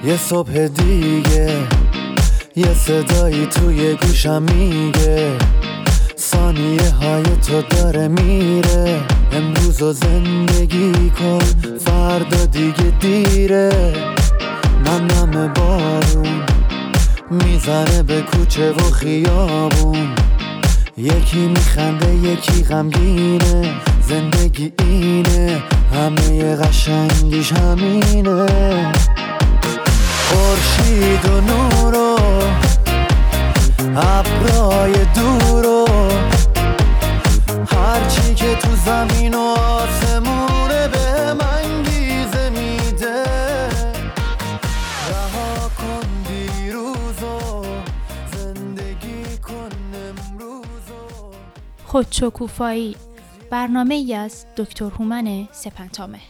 یه صبح دیگه یه صدایی توی گوشم میگه ثانیه های تو داره میره، امروز رو زندگی کن فردا دیگه دیره. نم بارون میزنه به کوچه و خیابون، یکی میخنده یکی غمگینه، زندگی اینه همه قشنگیش همینه. خورشید و نور و ابرای دور و هرچی که تو زمین و آسمونه به من انگیزه میده. رها کن دیروزو زندگی کن امروزو. خودشکوفایی، برنامه ای از دکتر هومن سپنتامهر.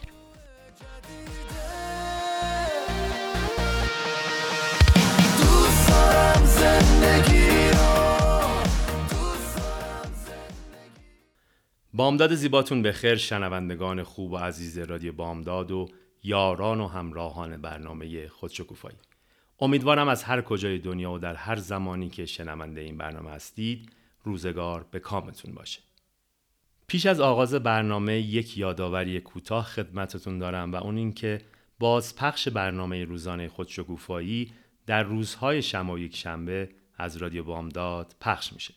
بامداد زیباتون بخیر شنوندگان خوب و عزیز رادیو بامداد و یاران و همراهان برنامه خودشکوفایی. امیدوارم از هر کجای دنیا و در هر زمانی که شنونده این برنامه هستید روزگار به کامتون باشه. پیش از آغاز برنامه یک یادآوری کوتاه خدمتتون دارم و اون این که بازپخش برنامه روزانه خودشکوفایی در روزهای شنبه و یکشنبه از رادیو بامداد پخش میشه.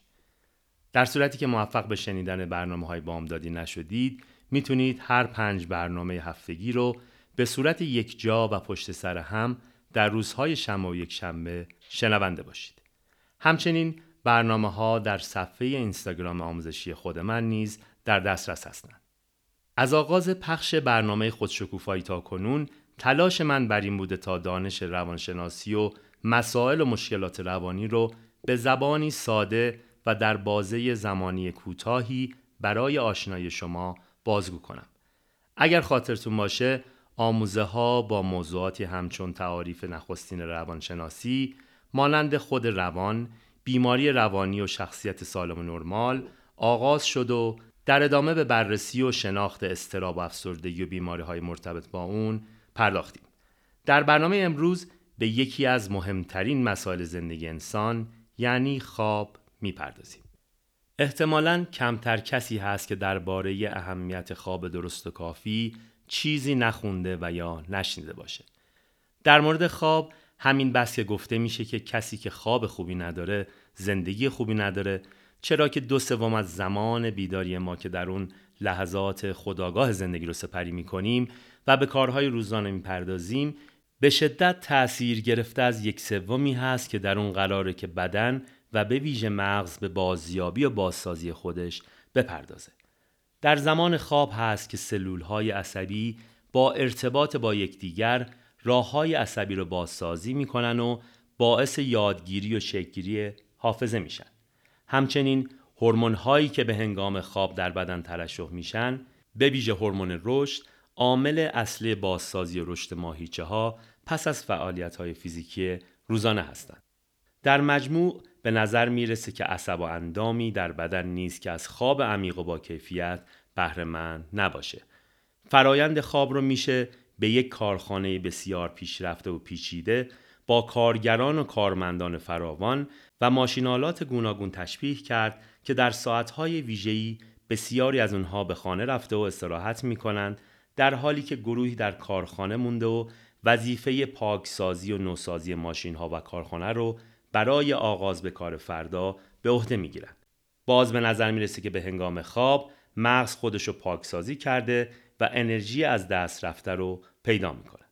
در صورتی که موفق به شنیدن برنامه‌های بامدادی نشدید، میتونید هر 5 برنامه هفتگی رو به صورت یک جا و پشت سر هم در روزهای شنبه و یکشنبه شنونده باشید. همچنین برنامه‌ها در صفحه اینستاگرام آموزشی خود من نیز در دسترس هستند. از آغاز پخش برنامه خودشکوفایی تا کنون، تلاش من بر این بوده تا دانش روانشناسی و مسائل و مشکلات روانی رو به زبانی ساده و در بازه زمانی کوتاهی برای آشنایی شما بازگو کنم. اگر خاطرتون باشه، آموزه ها با موضوعاتی همچون تعاریف نخستین روانشناسی، مانند خود روان، بیماری روانی و شخصیت سالم و نرمال آغاز شد و در ادامه به بررسی و شناخت اضطراب و افسردگی و بیماری های مرتبط با اون پرداختیم. در برنامه امروز به یکی از مهمترین مسائل زندگی انسان یعنی خواب میپردازیم. احتمالاً کمتر کسی هست که درباره اهمیت خواب درست و کافی چیزی نخونده و یا نشنیده باشه. در مورد خواب همین بس که گفته میشه که کسی که خواب خوبی نداره زندگی خوبی نداره، چرا که 2/3 از زمان بیداری ما که در اون لحظات خودآگاه زندگی رو سپری میکنیم و به کارهای روزانه میپردازیم به شدت تأثیر گرفته از 1/3 هست که در اون قراره که بدن و به ویژه مغز به بازیابی و بازسازی خودش بپردازه. در زمان خواب هست که سلولهای عصبی با ارتباط با یکدیگر راههای عصبی رو بازسازی میکنن و باعث یادگیری و شکل‌گیری حافظه میشن. همچنین هورمون‌هایی که به هنگام خواب در بدن ترشح میشن، به ویژه هورمون رشد، عامل اصلی بازسازی و رشد ماهیچه‌ها پس از فعالیت‌های فیزیکی روزانه هستند. در مجموع به نظر میرسه که عصب و اندامی در بدن نیست که از خواب عمیق و با کیفیت بهره مند نباشه. فرایند خواب رو میشه به یک کارخانه بسیار پیشرفته و پیچیده با کارگران و کارمندان فراوان و ماشین‌آلات گوناگون تشبیه کرد که در ساعت‌های ویژه‌ای بسیاری از اونها به خانه رفته و استراحت میکنند، در حالی که گروهی در کارخانه مونده و وظیفه پاکسازی و نوسازی ماشین‌ها و کارخانه رو برای آغاز به کار فردا به عهده میگیرند. باز به نظر میرسه که به هنگام خواب مغز خودشو پاکسازی کرده و انرژی از دست رفته رو پیدا میکنه.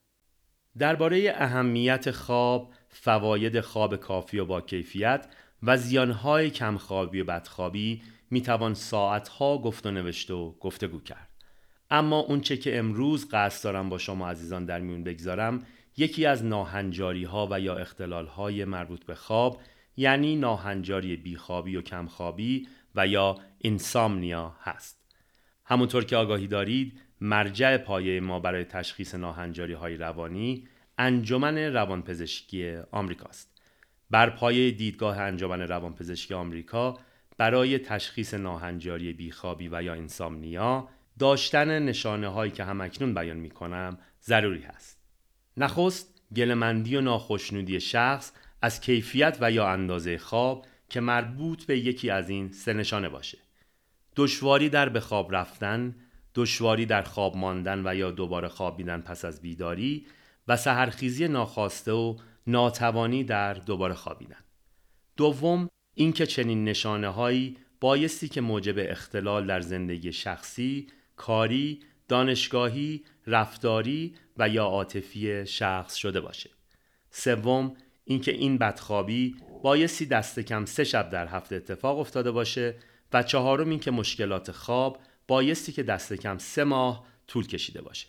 درباره اهمیت خواب، فواید خواب کافی و با کیفیت و زیانهای کمخوابی و بدخوابی میتوان ساعتها گفت و نوشت و گفتگو کرد. اما اونچه که امروز قصد دارم با شما عزیزان در میون بگذارم یکی از ناهنجاری‌ها و یا اختلال‌های مربوط به خواب، یعنی ناهنجاری بیخوابی و کمخوابی و یا اینسامنیا هست. همونطور که آگاهی دارید، مرجع پایه ما برای تشخیص ناهنجاری‌های روانی انجمن روانپزشکی آمریکاست. بر پایه دیدگاه انجمن روانپزشکی آمریکا برای تشخیص ناهنجاری بیخوابی و یا اینسامنیا داشتن نشانه‌هایی که همکنون بیان می‌کنم ضروری است. نخست گله‌مندی و ناخشنودی شخص از کیفیت و یا اندازه خواب که مربوط به یکی از این سه نشانه باشه. دشواری در به خواب رفتن، دشواری در خواب ماندن و یا دوباره خوابیدن پس از بیداری و سحرخیزی ناخواسته و ناتوانی در دوباره خوابیدن. دوم، اینکه چنین نشانه‌هایی بایستی که موجب اختلال در زندگی شخصی، کاری، دانشگاهی، رفتاری و یا عاطفی شخص شده باشه. سوم، اینکه این بدخوابی بایستی دست کم 3 شب در هفته اتفاق افتاده باشه و چهارم، اینکه مشکلات خواب بایستی که دست کم 3 ماه طول کشیده باشه.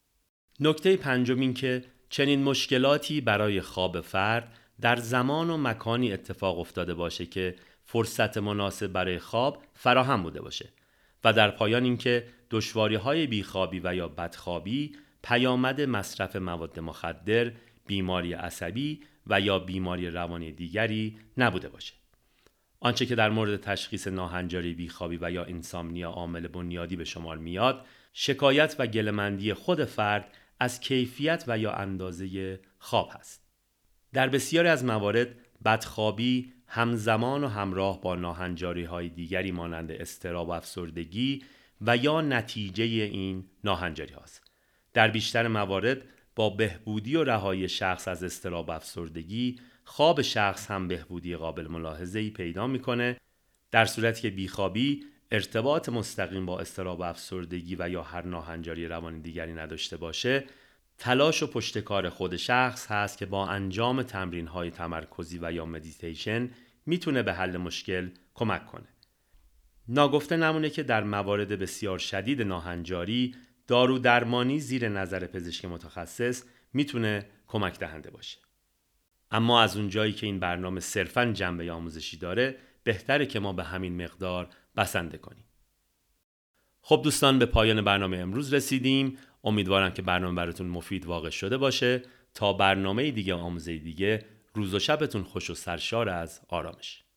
نکته پنجم، اینکه چنین مشکلاتی برای خواب فرد در زمان و مکانی اتفاق افتاده باشه که فرصت مناسب برای خواب فراهم بوده باشه و در پایان اینکه دشواری‌های بیخوابی و یا بدخوابی پیامد مصرف مواد مخدر، بیماری عصبی و یا بیماری روانی دیگری نبوده باشه. آنچه که در مورد تشخیص ناهنجاری بیخوابی و یا اینسامنیا عامل بنیادی به شمار میاد، شکایت و گله‌مندی خود فرد از کیفیت و یا اندازه خواب هست. در بسیاری از موارد بدخوابی همزمان و همراه با ناهنجاری‌های دیگری مانند اضطراب و افسردگی و یا نتیجه این ناهنجاری هاست. در بیشتر موارد با بهبودی و رهایی شخص از اضطراب و افسردگی، خواب شخص هم بهبودی قابل ملاحظه‌ای پیدا می‌کنه، در صورتی که بیخوابی ارتباط مستقیم با اضطراب و افسردگی و یا هر ناهنجاری روانی دیگری نداشته باشه، تلاش و پشتکار خود شخص هست که با انجام تمرین‌های تمرکزی و یا مدیتیشن میتونه به حل مشکل کمک کنه. ناگفته نمونه که در موارد بسیار شدید ناهنجاری، دارو درمانی زیر نظر پزشک متخصص میتونه کمک دهنده باشه. اما از اونجایی که این برنامه صرفاً جنبه آموزشی داره، بهتره که ما به همین مقدار بسنده کنیم. خب دوستان، به پایان برنامه امروز رسیدیم. امیدوارم که برنامه براتون مفید واقع شده باشه. تا برنامه دیگه آموزه دیگه، روز و شبتون خوش و سرشار از آرامش.